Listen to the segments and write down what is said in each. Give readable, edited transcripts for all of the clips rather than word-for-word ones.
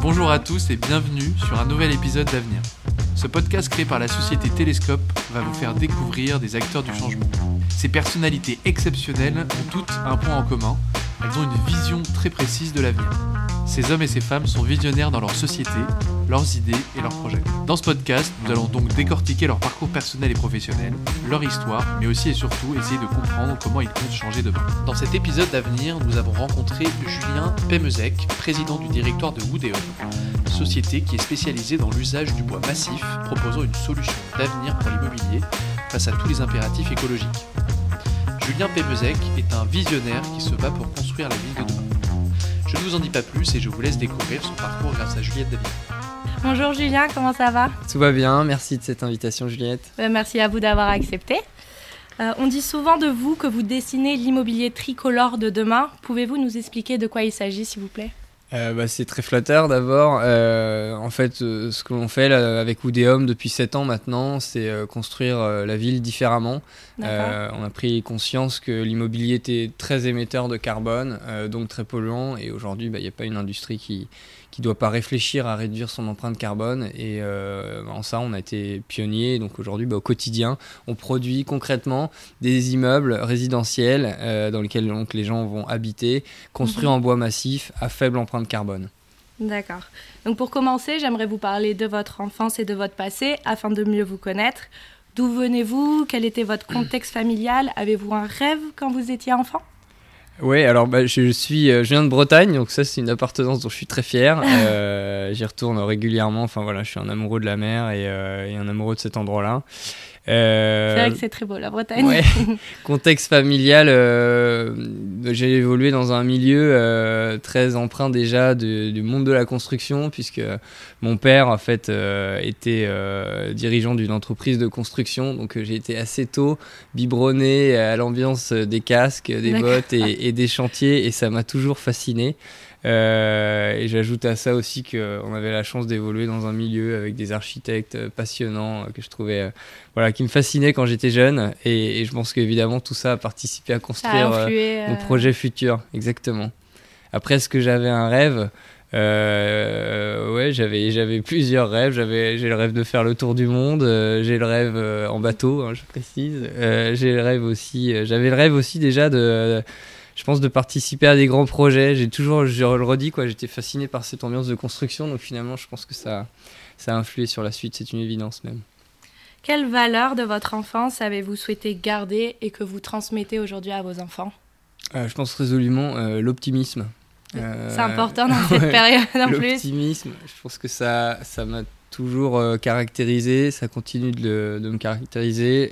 Bonjour à tous et bienvenue sur un nouvel épisode d'Avenir. Ce podcast créé par la société Télescope va vous faire découvrir des acteurs du changement. Ces personnalités exceptionnelles ont toutes un point en commun, elles ont une vision très précise de l'avenir. Ces hommes et ces femmes sont visionnaires dans leur société, leurs idées et leurs projets. Dans ce podcast, nous allons donc décortiquer leur parcours personnel et professionnel, leur histoire, mais aussi et surtout essayer de comprendre comment ils comptent changer demain. Dans cet épisode d'Avenir, nous avons rencontré Julien Pemezec, président du directoire de Wood & Home, société qui est spécialisée dans l'usage du bois massif, proposant une solution d'avenir pour l'immobilier face à tous les impératifs écologiques. Julien Pemezec est un visionnaire qui se bat pour construire la ville de demain. Je ne vous en dis pas plus et je vous laisse découvrir son parcours grâce à Juliette David. Bonjour Julien, comment ça va ? Tout va bien, merci de cette invitation Juliette. Merci à vous d'avoir accepté. On dit souvent de vous que vous dessinez l'immobilier tricolore de demain. Pouvez-vous nous expliquer de quoi il s'agit s'il vous plaît ? C'est très flatteur d'abord. En fait, ce que l'on fait là, avec Wood & Home depuis 7 ans maintenant, c'est construire la ville différemment. On a pris conscience que l'immobilier était très émetteur de carbone, donc très polluant. Et aujourd'hui, il n'y a pas une industrie qui doit pas réfléchir à réduire son empreinte carbone. Et en ça, on a été pionniers. Donc aujourd'hui, au quotidien, on produit concrètement des immeubles résidentiels dans lesquels donc, les gens vont habiter, construits en bois massif à faible empreinte carbone. D'accord. Donc pour commencer, j'aimerais vous parler de votre enfance et de votre passé afin de mieux vous connaître. D'où venez-vous ? Quel était votre contexte familial ? Avez-vous un rêve quand vous étiez enfant ? Oui, alors je viens de Bretagne, donc ça c'est une appartenance dont je suis très fier. J'y retourne régulièrement. Enfin voilà, je suis un amoureux de la mer et un amoureux de cet endroit-là. C'est vrai que c'est très beau la Bretagne. Ouais. Contexte familial, j'ai évolué dans un milieu très empreint déjà du monde de la construction, puisque mon père en fait était dirigeant d'une entreprise de construction, donc j'ai été assez tôt biberonné à l'ambiance des casques, des bottes et des chantiers, et ça m'a toujours fasciné. Et j'ajoute à ça aussi qu'on avait la chance d'évoluer dans un milieu avec des architectes passionnants que je trouvais, qui me fascinaient quand j'étais jeune, et je pense qu'évidemment tout ça a participé à construire mon projet futur. Exactement. Après, est-ce que j'avais un rêve ? J'avais plusieurs rêves. J'ai le rêve de faire le tour du monde, j'ai le rêve en bateau, je précise. J'avais le rêve aussi déjà je pense de participer à des grands projets. Je le redis, j'étais fasciné par cette ambiance de construction, donc finalement je pense que ça a influé sur la suite, c'est une évidence même. Quelles valeurs de votre enfance avez-vous souhaité garder et que vous transmettez aujourd'hui à vos enfants ? Je pense résolument l'optimisme. C'est important dans cette période en plus. L'optimisme, je pense que ça m'a toujours caractérisé, ça continue de me caractériser.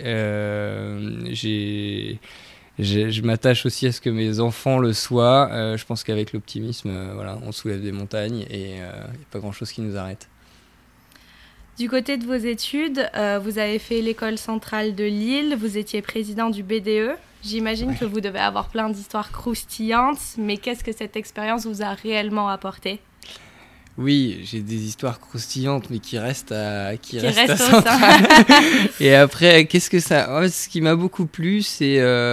Je m'attache aussi à ce que mes enfants le soient. Je pense qu'avec l'optimisme, on soulève des montagnes et il n'y a pas grand-chose qui nous arrête. Du côté de vos études, vous avez fait l'école centrale de Lille, vous étiez président du BDE. J'imagine que vous devez avoir plein d'histoires croustillantes, mais qu'est-ce que cette expérience vous a réellement apporté ? Oui, j'ai des histoires croustillantes, mais qui restent à Centrale. Et après, qu'est-ce que ça... ce qui m'a beaucoup plu, ça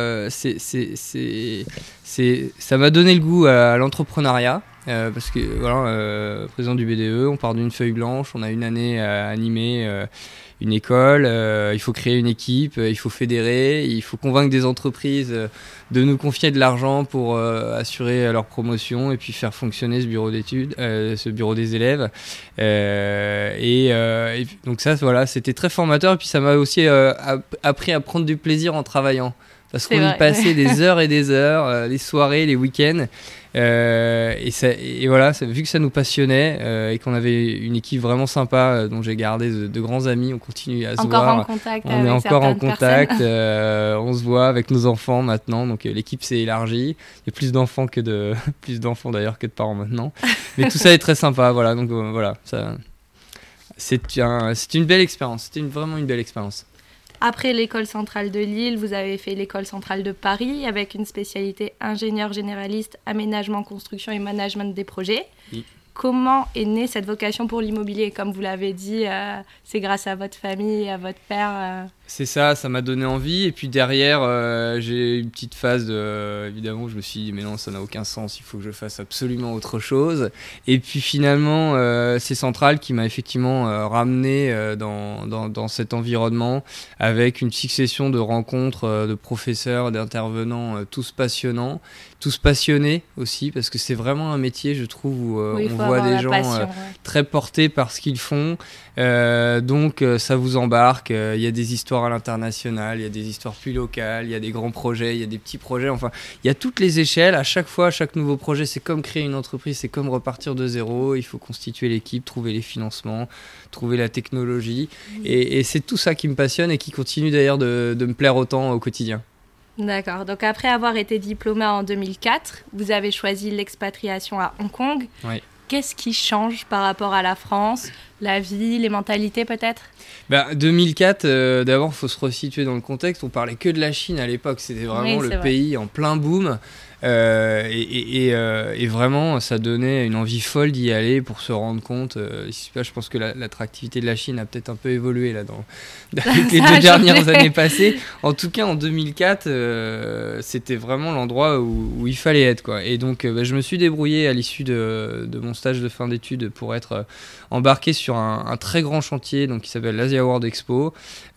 m'a donné le goût à l'entrepreneuriat. Parce que, président du BDE, on part d'une feuille blanche, on a une année à animer une école, il faut créer une équipe, il faut fédérer, il faut convaincre des entreprises de nous confier de l'argent pour assurer leur promotion et puis faire fonctionner ce bureau d'études, ce bureau des élèves. Et donc ça, c'était très formateur, et puis ça m'a aussi appris à prendre du plaisir en travaillant. Parce qu'on y passait des heures et des heures, les soirées, les week-ends. Vu que ça nous passionnait et qu'on avait une équipe vraiment sympa dont j'ai gardé de grands amis, on continue à se voir. On est encore en contact. On se voit avec nos enfants maintenant. Donc l'équipe s'est élargie. Il y a plus d'enfants d'ailleurs que de parents maintenant. Mais tout ça est très sympa. C'est une belle expérience. C'était vraiment une belle expérience. Après l'école centrale de Lille, vous avez fait l'école centrale de Paris avec une spécialité ingénieur généraliste, aménagement, construction et management des projets. Oui. Comment est née cette vocation pour l'immobilier ? Comme vous l'avez dit, c'est grâce à votre famille et à votre père. C'est ça m'a donné envie. Et puis derrière, j'ai eu une petite phase évidemment, je me suis dit, mais non, ça n'a aucun sens, il faut que je fasse absolument autre chose. Et puis finalement, c'est Centrale qui m'a effectivement ramené dans cet environnement, avec une succession de rencontres de professeurs, d'intervenants, tous passionnants, tous passionnés aussi, parce que c'est vraiment un métier, je trouve, où on voit des gens très portés par ce qu'ils font. Donc ça vous embarque, il y a des histoires à l'international, il y a des histoires plus locales, il y a des grands projets, il y a des petits projets, enfin il y a toutes les échelles. À chaque fois, chaque nouveau projet, c'est comme créer une entreprise, c'est comme repartir de zéro. Il faut constituer l'équipe, trouver les financements, trouver la technologie, et c'est tout ça qui me passionne et qui continue d'ailleurs de me plaire autant au quotidien. D'accord, donc après avoir été diplômé en 2004, vous avez choisi l'expatriation à Hong Kong. Oui. Qu'est-ce qui change par rapport à la France, la vie, les mentalités peut-être ? 2004, d'abord, il faut se resituer dans le contexte. On parlait que de la Chine à l'époque. C'était vraiment le pays en plein boom. Et vraiment, ça donnait une envie folle d'y aller pour se rendre compte. Je pense que l'attractivité de la Chine a peut-être un peu évolué là, avec les 2 dernières années passées. En tout cas, en 2004, c'était vraiment l'endroit où il fallait être, quoi. Et donc, je me suis débrouillé à l'issue de mon stage de fin d'études pour être embarqué sur un très grand chantier donc, qui s'appelle l'Asia World Expo,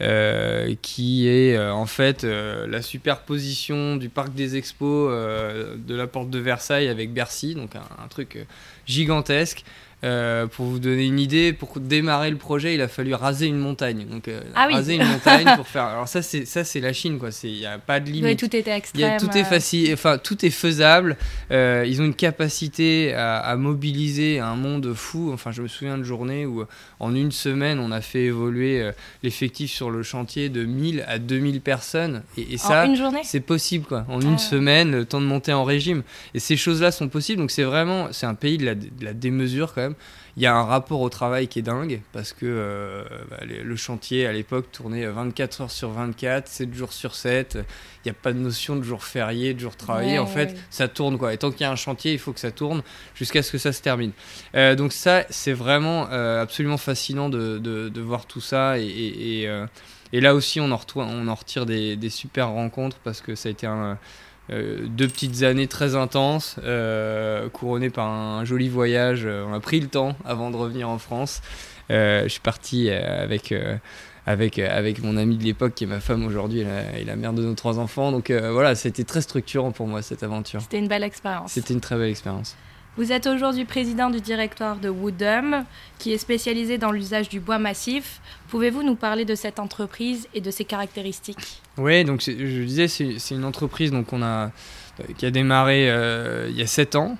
qui est en fait la superposition du parc des expos de la porte de Versailles avec Bercy, donc un truc gigantesque. Pour vous donner une idée, pour démarrer le projet, il a fallu raser une montagne. Donc, raser une montagne pour faire. Alors ça c'est la Chine, quoi. Il y a pas de limite. Oui, tout était extrême. Tout est facile. Enfin, tout est faisable. Ils ont une capacité à mobiliser un monde fou. Enfin, je me souviens de journées où, en une semaine, on a fait évoluer l'effectif sur le chantier de 1000 à 2000 personnes. Et ça, en une journée, c'est possible, quoi. En une semaine, le temps de monter en régime. Et ces choses-là sont possibles. Donc c'est un pays de la démesure quand même. Il y a un rapport au travail qui est dingue parce que le chantier à l'époque tournait 24 heures sur 24, 7 jours sur 7. Il n'y a pas de notion de jour férié, de jour travaillé. En fait, ça tourne, quoi. Et tant qu'il y a un chantier, il faut que ça tourne jusqu'à ce que ça se termine. Donc ça, c'est vraiment absolument fascinant de voir tout ça. Et là aussi, on en retire des super rencontres parce que ça a été 2 petites années très intenses, couronnées par un joli voyage. On a pris le temps avant de revenir en France. Je suis parti avec mon amie de l'époque qui est ma femme aujourd'hui et la mère de nos 3 enfants. Donc voilà, c'était très structurant pour moi cette aventure. C'était une belle expérience. C'était une très belle expérience. Vous êtes aujourd'hui président du directoire de Woodhum, qui est spécialisé dans l'usage du bois massif. Pouvez-vous nous parler de cette entreprise et de ses caractéristiques ? Oui, donc je disais, c'est une entreprise donc qui a démarré il y a 7 ans.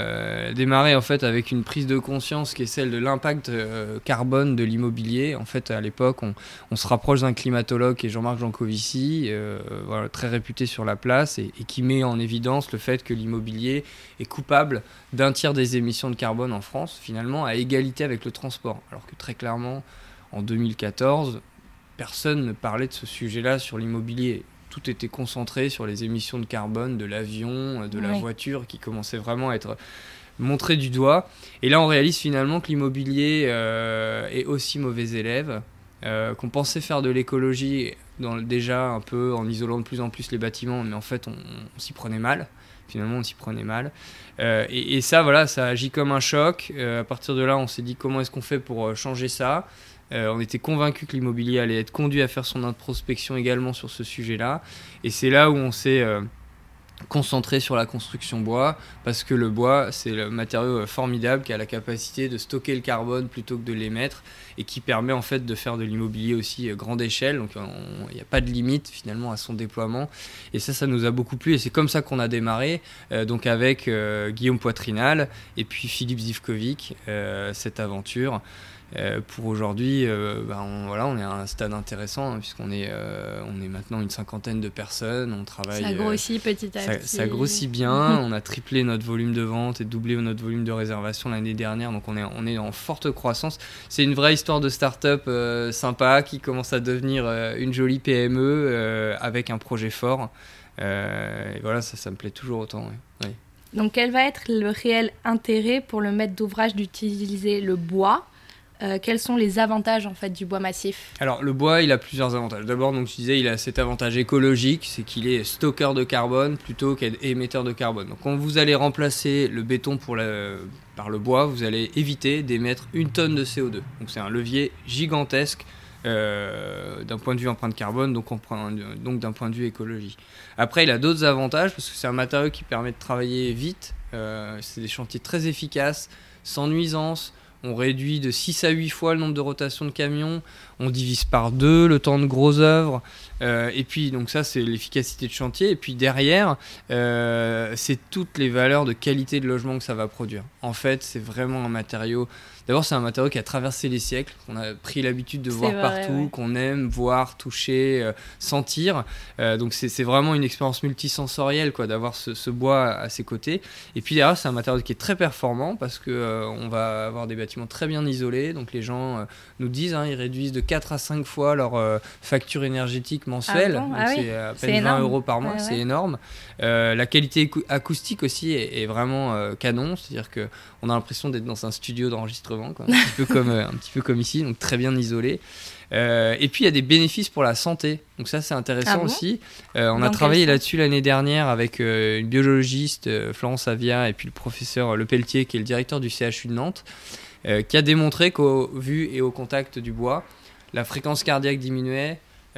Démarré en fait avec une prise de conscience qui est celle de l'impact carbone de l'immobilier. En fait, à l'époque, on se rapproche d'un climatologue qui est Jean-Marc Jancovici, voilà, très réputé sur la place et qui met en évidence le fait que l'immobilier est coupable d'un tiers des émissions de carbone en France, finalement à égalité avec le transport. Alors que très clairement, en 2014, personne ne parlait de ce sujet-là sur l'immobilier. Tout était concentré sur les émissions de carbone de l'avion, de la voiture, qui commençaient vraiment à être montrées du doigt. Et là, on réalise finalement que l'immobilier est aussi mauvais élève, qu'on pensait faire de l'écologie déjà un peu en isolant de plus en plus les bâtiments, mais en fait, on s'y prenait mal. Finalement, on s'y prenait mal. Et ça, voilà, ça agit comme un choc. À partir de là, on s'est dit comment est-ce qu'on fait pour changer ça ? On était convaincus que l'immobilier allait être conduit à faire son introspection également sur ce sujet-là. Et c'est là où on s'est concentré sur la construction bois, parce que le bois, c'est le matériau formidable qui a la capacité de stocker le carbone plutôt que de l'émettre, et qui permet en fait de faire de l'immobilier aussi grande échelle. Donc il n'y a pas de limite finalement à son déploiement. Et ça nous a beaucoup plu. Et c'est comme ça qu'on a démarré, donc avec Guillaume Poitrinal et puis Philippe Zivkovic, cette aventure. Pour aujourd'hui, on est à un stade intéressant, puisqu'on est maintenant une 50aine de personnes. On travaille. Ça grossit petit à petit. Ça grossit bien. On a triplé notre volume de vente et doublé notre volume de réservation l'année dernière. Donc on est en forte croissance. C'est une vraie histoire de start-up sympa qui commence à devenir une jolie PME avec un projet fort. Et voilà, ça me plaît toujours autant. Oui. Donc quel va être le réel intérêt pour le maître d'ouvrage d'utiliser le bois quels sont les avantages en fait du bois massif ? Alors le bois, il a plusieurs avantages. D'abord, donc je disais, il a cet avantage écologique, c'est qu'il est stockeur de carbone plutôt qu'émetteur de carbone. Donc quand vous allez remplacer le béton par le bois, vous allez éviter d'émettre 1 tonne de CO2. Donc c'est un levier gigantesque d'un point de vue empreinte carbone, donc d'un point de vue écologie. Après, il a d'autres avantages parce que c'est un matériau qui permet de travailler vite. C'est des chantiers très efficaces, sans nuisance. On réduit de 6 à 8 fois le nombre de rotations de camions, on divise par 2 le temps de grosses œuvres, et puis donc ça c'est l'efficacité de chantier, et puis derrière c'est toutes les valeurs de qualité de logement que ça va produire. En fait c'est vraiment un matériau, d'abord c'est un matériau qui a traversé les siècles, qu'on a pris l'habitude de voir partout, qu'on aime voir, toucher, sentir, donc c'est vraiment une expérience multisensorielle quoi, d'avoir ce bois à ses côtés, et puis derrière c'est un matériau qui est très performant parce que on va avoir des bâtiments très bien isolés, donc les gens nous disent, ils réduisent de 4 à 5 fois leur facture énergétique mensuelle, donc c'est à peine 20 € par mois, c'est énorme. La qualité acoustique aussi est vraiment canon, c'est-à-dire qu'on a l'impression d'être dans un studio d'enregistrement, quoi, un petit peu comme ici, donc très bien isolé. Et puis il y a des bénéfices pour la santé, donc ça c'est intéressant aussi. On a travaillé là-dessus l'année dernière avec une biologiste, Florence Avia, et puis le professeur Lepelletier qui est le directeur du CHU de Nantes, qui a démontré qu'au vu et au contact du bois, la fréquence cardiaque diminuait,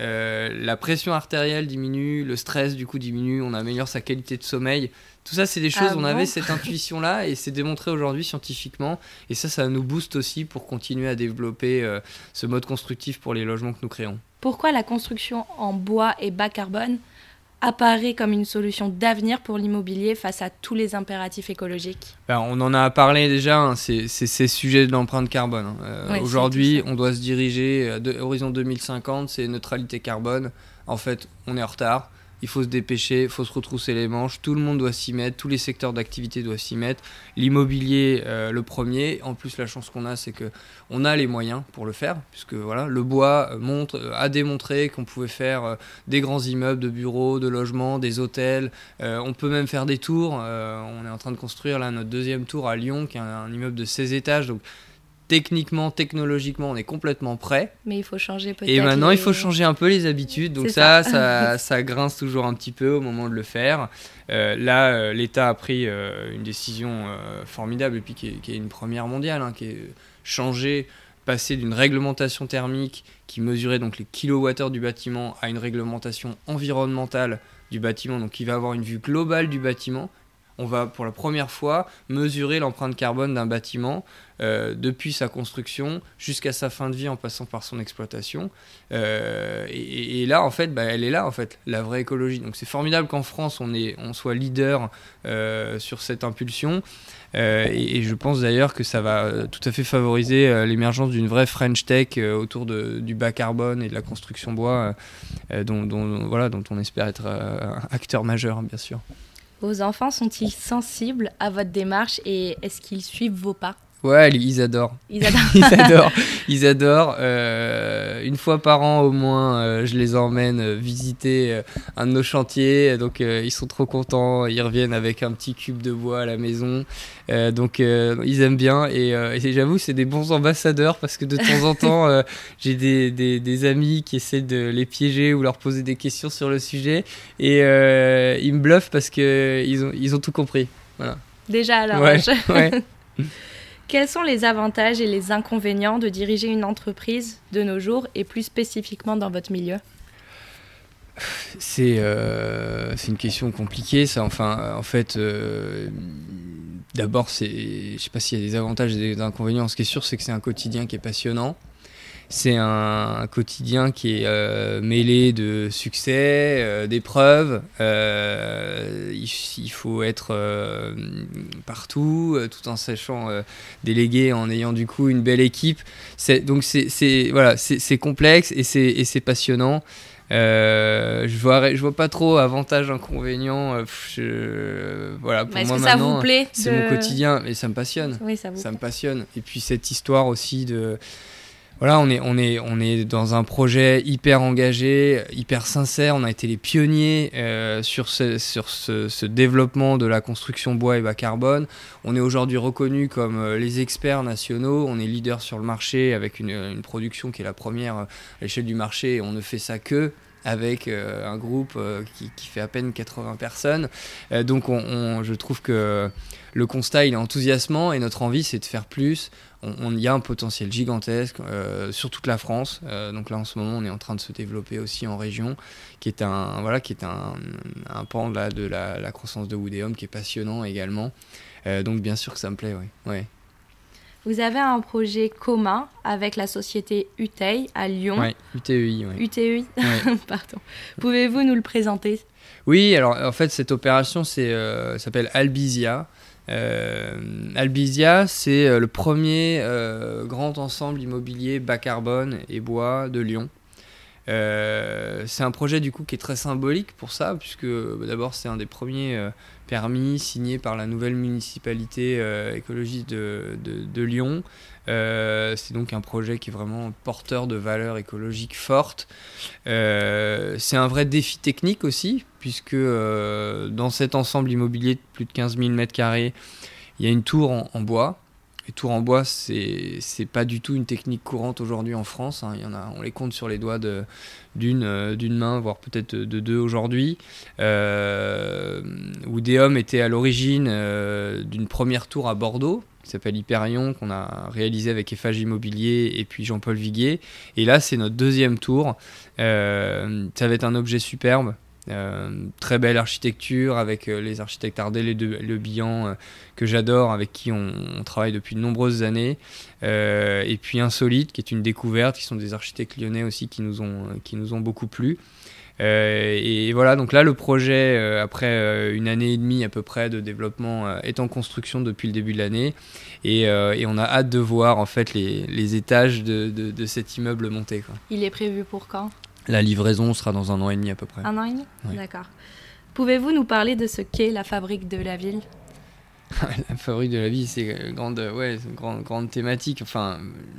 la pression artérielle diminue, le stress du coup diminue, on améliore sa qualité de sommeil. Tout ça c'est des choses, on avait cette intuition là et c'est démontré aujourd'hui scientifiquement, et ça nous booste aussi pour continuer à développer ce mode constructif pour les logements que nous créons. Pourquoi la construction en bois et bas carbone apparaît comme une solution d'avenir pour l'immobilier face à tous les impératifs écologiques ? On en a parlé déjà, c'est ces sujets de l'empreinte carbone. Aujourd'hui, on doit se diriger à horizon 2050, c'est neutralité carbone. En fait, on est en retard. Il faut se dépêcher, il faut se retrousser les manches, tout le monde doit s'y mettre, tous les secteurs d'activité doivent s'y mettre, l'immobilier le premier. En plus la chance qu'on a c'est qu'on a les moyens pour le faire, puisque voilà, le bois a démontré qu'on pouvait faire des grands immeubles de bureaux, de logements, des hôtels, on peut même faire des tours, on est en train de construire là notre 2e tour à Lyon qui est un immeuble de 16 étages, donc techniquement, technologiquement, on est complètement prêt. Mais il faut changer peut-être. Et maintenant, il faut changer un peu les habitudes. Donc ça grince toujours un petit peu au moment de le faire. Là, l'État a pris une décision formidable, et puis qui est une première mondiale, qui est passer d'une réglementation thermique qui mesurait donc les kilowattheures du bâtiment à une réglementation environnementale du bâtiment, donc qui va avoir une vue globale du bâtiment. On va pour la première fois mesurer l'empreinte carbone d'un bâtiment depuis sa construction jusqu'à sa fin de vie en passant par son exploitation. Et là, en fait, elle est là, en fait, la vraie écologie. Donc c'est formidable qu'en France, on soit leader sur cette impulsion. Et je pense d'ailleurs que ça va tout à fait favoriser l'émergence d'une vraie French Tech autour du bas carbone et de la construction bois, dont on espère être acteur majeur, bien sûr. Vos enfants sont-ils sensibles à votre démarche et est-ce qu'ils suivent vos pas ? Ouais, ils adorent. Ils adorent. Une fois par an au moins, je les emmène visiter un de nos chantiers. Donc ils sont trop contents. Ils reviennent avec un petit cube de bois à la maison. Donc ils aiment bien. Et j'avoue, c'est des bons ambassadeurs parce que de temps en temps, j'ai des amis qui essaient de les piéger ou leur poser des questions sur le sujet. Et ils me bluffent parce qu'ils ont tout compris. Voilà. Déjà alors. Ouais. Quels sont les avantages et les inconvénients de diriger une entreprise de nos jours et plus spécifiquement dans votre milieu ? C'est une question compliquée, ça. Enfin, en fait, d'abord, je sais pas s'il y a des avantages et des inconvénients. Ce qui est sûr, c'est que c'est un quotidien qui est passionnant. C'est un quotidien qui est mêlé de succès, d'épreuves. Il faut être partout, tout en sachant déléguer, en ayant du coup une belle équipe. Donc c'est complexe et c'est passionnant. Je vois pas trop avantages, inconvénients. Voilà, pour moi que maintenant, ça vous plaît c'est mon quotidien et ça me passionne. Oui, ça me passionne. Et puis cette histoire aussi Voilà, on est dans un projet hyper engagé, hyper sincère. On a été les pionniers sur ce développement de la construction bois et bas carbone. On est aujourd'hui reconnus comme les experts nationaux. On est leader sur le marché avec une production qui est la première à l'échelle du marché. Et on ne fait ça que avec un groupe qui fait à peine 80 personnes. Donc je trouve que le constat il est enthousiasmant et notre envie c'est de faire plus. Il y a un potentiel gigantesque sur toute la France. Donc là en ce moment on est en train de se développer aussi en région, qui est un pan de la croissance de Woodeum qui est passionnant également. Donc bien sûr que ça me plaît, oui. Ouais. Vous avez un projet commun avec la société UTEI à Lyon. Oui, UTEI. Ouais. UTEI, ouais. Pardon. Pouvez-vous nous le présenter ? Oui, alors en fait cette opération s'appelle Albizia. Albizia, c'est le premier grand ensemble immobilier bas carbone et bois de Lyon. C'est un projet du coup qui est très symbolique pour ça, puisque d'abord c'est un des premiers permis signés par la nouvelle municipalité écologiste de Lyon. C'est donc un projet qui est vraiment porteur de valeurs écologiques fortes. C'est un vrai défi technique aussi, puisque dans cet ensemble immobilier de plus de 15 000 m², il y a une tour en bois. Les tours en bois, c'est pas du tout une technique courante aujourd'hui en France. Il y en a, on les compte sur les doigts d'une main, voire peut-être de deux aujourd'hui. Woodeum était à l'origine d'une première tour à Bordeaux, qui s'appelle Hyperion, qu'on a réalisé avec Eiffage Immobilier et puis Jean-Paul Viguier. Et là, c'est notre deuxième tour. Ça va être un objet superbe. Très belle architecture avec les architectes Ardel et Le Bihan que j'adore, avec qui on travaille depuis de nombreuses années, et puis Insolite qui est une découverte, qui sont des architectes lyonnais aussi qui nous ont beaucoup plu. Et voilà, donc là le projet après une année et demie à peu près de développement est en construction depuis le début de l'année, et on a hâte de voir en fait les étages de cet immeuble monter, quoi. Il est prévu pour quand ? La livraison sera dans 1 an et demi à peu près. 1 an et demi ? Ouais. D'accord. Pouvez-vous nous parler de ce qu'est la fabrique de la ville ? La fabrique de la ville, c'est une grande thématique. Enfin,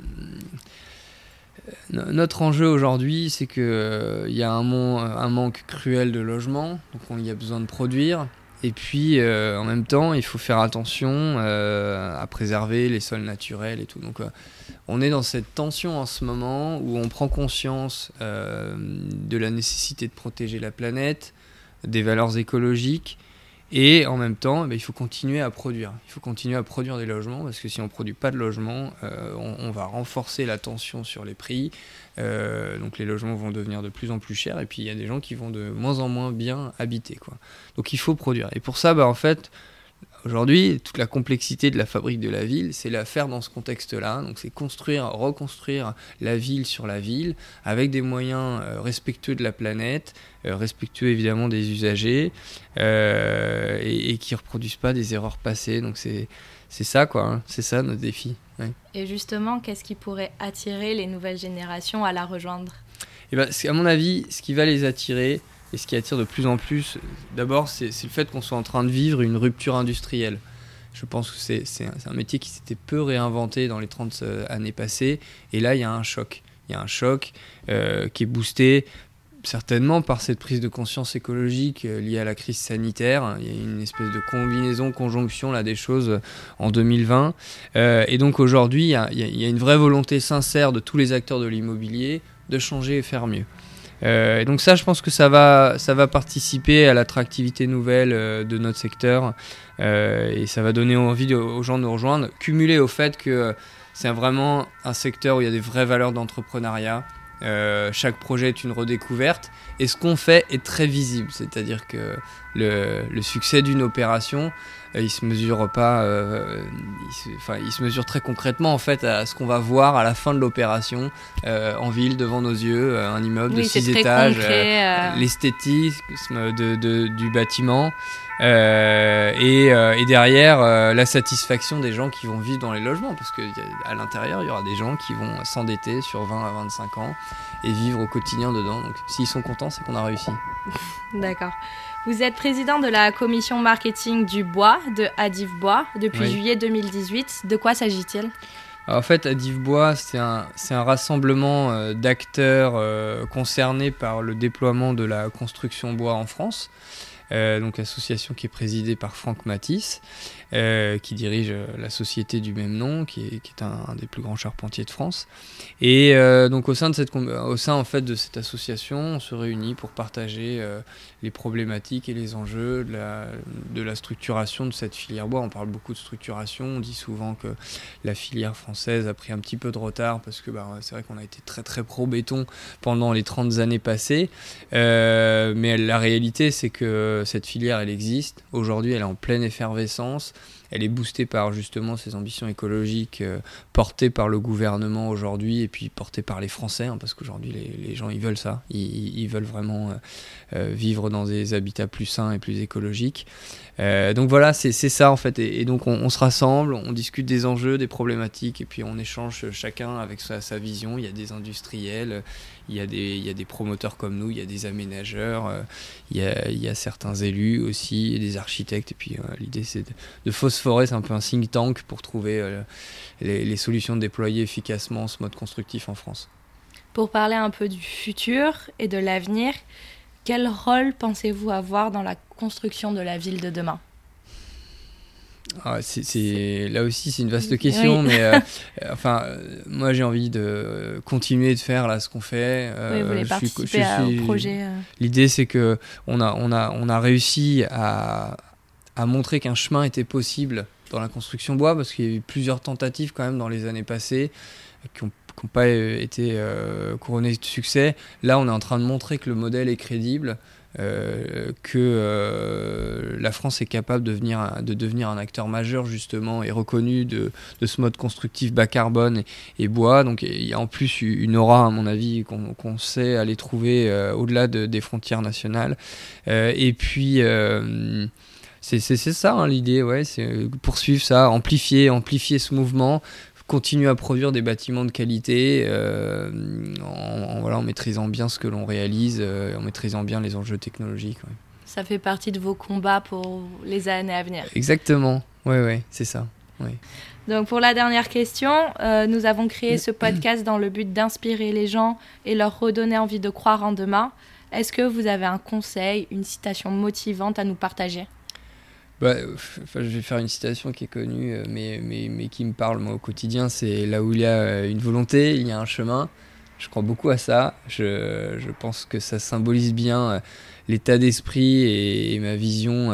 notre enjeu aujourd'hui, c'est qu'il y a un manque cruel de logements, donc il y a besoin de produire. Et puis, en même temps, il faut faire attention à préserver les sols naturels et tout. Donc, on est dans cette tension en ce moment où on prend conscience de la nécessité de protéger la planète, des valeurs écologiques, et en même temps, il faut continuer à produire. Il faut continuer à produire des logements, parce que si on ne produit pas de logements, on va renforcer la tension sur les prix. Donc les logements vont devenir de plus en plus chers, et puis il y a des gens qui vont de moins en moins bien habiter, quoi. Donc il faut produire. Et pour ça, en fait, aujourd'hui, toute la complexité de la fabrique de la ville, c'est la faire dans ce contexte-là. Donc c'est reconstruire la ville sur la ville, avec des moyens respectueux de la planète, respectueux évidemment des usagers, et qui ne reproduisent pas des erreurs passées. Donc c'est ça, quoi, hein. C'est ça notre défi. Ouais. Et justement, qu'est-ce qui pourrait attirer les nouvelles générations à la rejoindre ? À mon avis, ce qui va les attirer, et ce qui attire de plus en plus, d'abord, c'est le fait qu'on soit en train de vivre une rupture industrielle. Je pense que c'est un métier qui s'était peu réinventé dans les 30 années passées. Et là, il y a un choc. Il y a un choc qui est boosté certainement par cette prise de conscience écologique liée à la crise sanitaire. Il y a une espèce de conjonction là, des choses en 2020. Et donc aujourd'hui, il y a une vraie volonté sincère de tous les acteurs de l'immobilier de changer et faire mieux. Et donc ça, je pense que ça va participer à l'attractivité nouvelle de notre secteur, et ça va donner envie aux gens de nous rejoindre, cumulé au fait que c'est vraiment un secteur où il y a des vraies valeurs d'entrepreneuriat. Chaque projet est une redécouverte, et ce qu'on fait est très visible, c'est-à-dire que le succès d'une opération, il se mesure pas, il se mesure très concrètement en fait à ce qu'on va voir à la fin de l'opération en ville devant nos yeux, un immeuble de 6 étages, l'esthétisme du bâtiment, et derrière la satisfaction des gens qui vont vivre dans les logements, parce qu'à l'intérieur il y aura des gens qui vont s'endetter sur 20 à 25 ans et vivre au quotidien dedans. Donc s'ils sont contents, c'est qu'on a réussi. D'accord. Vous êtes président de la commission marketing du bois de Adif Bois depuis juillet 2018. De quoi s'agit-il ? En fait, Adif Bois, c'est un rassemblement d'acteurs concernés par le déploiement de la construction bois en France. Donc association qui est présidée par Franck Matisse, qui dirige la société du même nom, qui est un des plus grands charpentiers de France. Et donc au sein en fait de cette association, on se réunit pour partager les problématiques et les enjeux de la structuration de cette filière bois. On parle beaucoup de structuration, on dit souvent que la filière française a pris un petit peu de retard parce que c'est vrai qu'on a été très très pro-béton pendant les 30 années passées, mais la réalité c'est que cette filière elle existe, aujourd'hui elle est en pleine effervescence, elle est boostée par justement ces ambitions écologiques portées par le gouvernement aujourd'hui et puis portées par les Français, parce qu'aujourd'hui les gens ils veulent ça, ils veulent vraiment vivre dans des habitats plus sains et plus écologiques. Donc voilà, c'est ça en fait, et donc on se rassemble, on discute des enjeux, des problématiques, et puis on échange chacun avec sa vision. Il y a des industriels, il y a des promoteurs comme nous, il y a des aménageurs, il y a certains élus aussi, des architectes, et puis l'idée c'est de phosphorer, c'est un peu un think tank pour trouver les solutions déployées efficacement ce mode constructif en France. Pour parler un peu du futur et de l'avenir, quel rôle pensez-vous avoir dans la construction de la ville de demain ? Là aussi c'est une vaste question, oui. Mais moi j'ai envie de continuer de faire là ce qu'on fait. Oui, vous voulez participer au projet. L'idée c'est que on a réussi à montrer qu'un chemin était possible dans la construction bois, parce qu'il y a eu plusieurs tentatives quand même dans les années passées qui n'ont pas été couronnées de succès. Là on est en train de montrer que le modèle est crédible, que la France est capable de devenir un acteur majeur justement et reconnu de ce mode constructif bas carbone et bois. Donc il y a en plus une aura à mon avis qu'on sait aller trouver au-delà des frontières nationales. Et puis c'est ça l'idée, ouais, c'est poursuivre ça, amplifier ce mouvement, continuer à produire des bâtiments de qualité en maîtrisant bien ce que l'on réalise, en maîtrisant bien les enjeux technologiques. Ouais. Ça fait partie de vos combats pour les années à venir. Exactement, ouais, c'est ça. Ouais. Donc pour la dernière question, nous avons créé ce podcast dans le but d'inspirer les gens et leur redonner envie de croire en demain. Est-ce que vous avez un conseil, une citation motivante à nous partager ? Je vais faire une citation qui est connue, mais qui me parle moi au quotidien. C'est là où il y a une volonté, il y a un chemin. Je crois beaucoup à ça. Je pense que ça symbolise bien l'état d'esprit et ma vision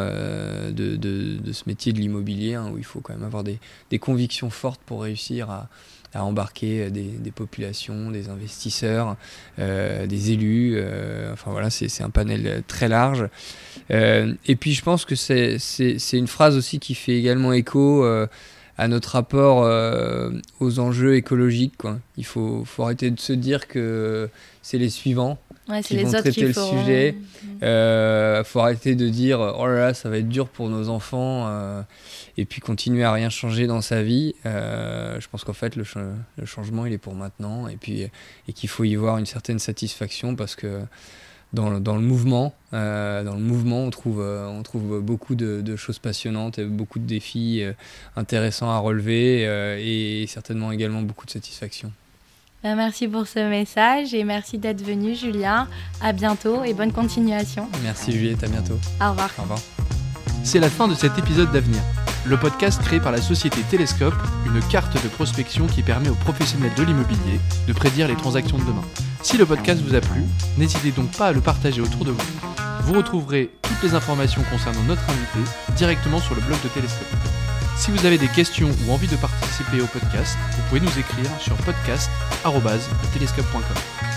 de ce métier de l'immobilier, où il faut quand même avoir des convictions fortes pour réussir à embarquer des populations, des investisseurs, des élus. C'est un panel très large. Et puis je pense que c'est une phrase aussi qui fait également écho à notre rapport aux enjeux écologiques, quoi. Il faut arrêter de se dire que c'est les suivants qui vont traiter le sujet. Faut arrêter de dire « Oh là là, ça va être dur pour nos enfants », et puis continuer à rien changer dans sa vie. Je pense qu'en fait, le changement, il est pour maintenant, et qu'il faut y voir une certaine satisfaction, parce que dans le mouvement, on trouve beaucoup de choses passionnantes, et beaucoup de défis intéressants à relever, et certainement également beaucoup de satisfaction. Merci pour ce message et merci d'être venu, Julien. À bientôt et bonne continuation. Merci Juliette, à bientôt. Au revoir. Au revoir. C'est la fin de cet épisode d'Avenir, le podcast créé par la société Télescope, une carte de prospection qui permet aux professionnels de l'immobilier de prédire les transactions de demain. Si le podcast vous a plu, n'hésitez donc pas à le partager autour de vous. Vous retrouverez toutes les informations concernant notre invité directement sur le blog de Télescope. Si vous avez des questions ou envie de participer au podcast, vous pouvez nous écrire sur podcast@telescope.com.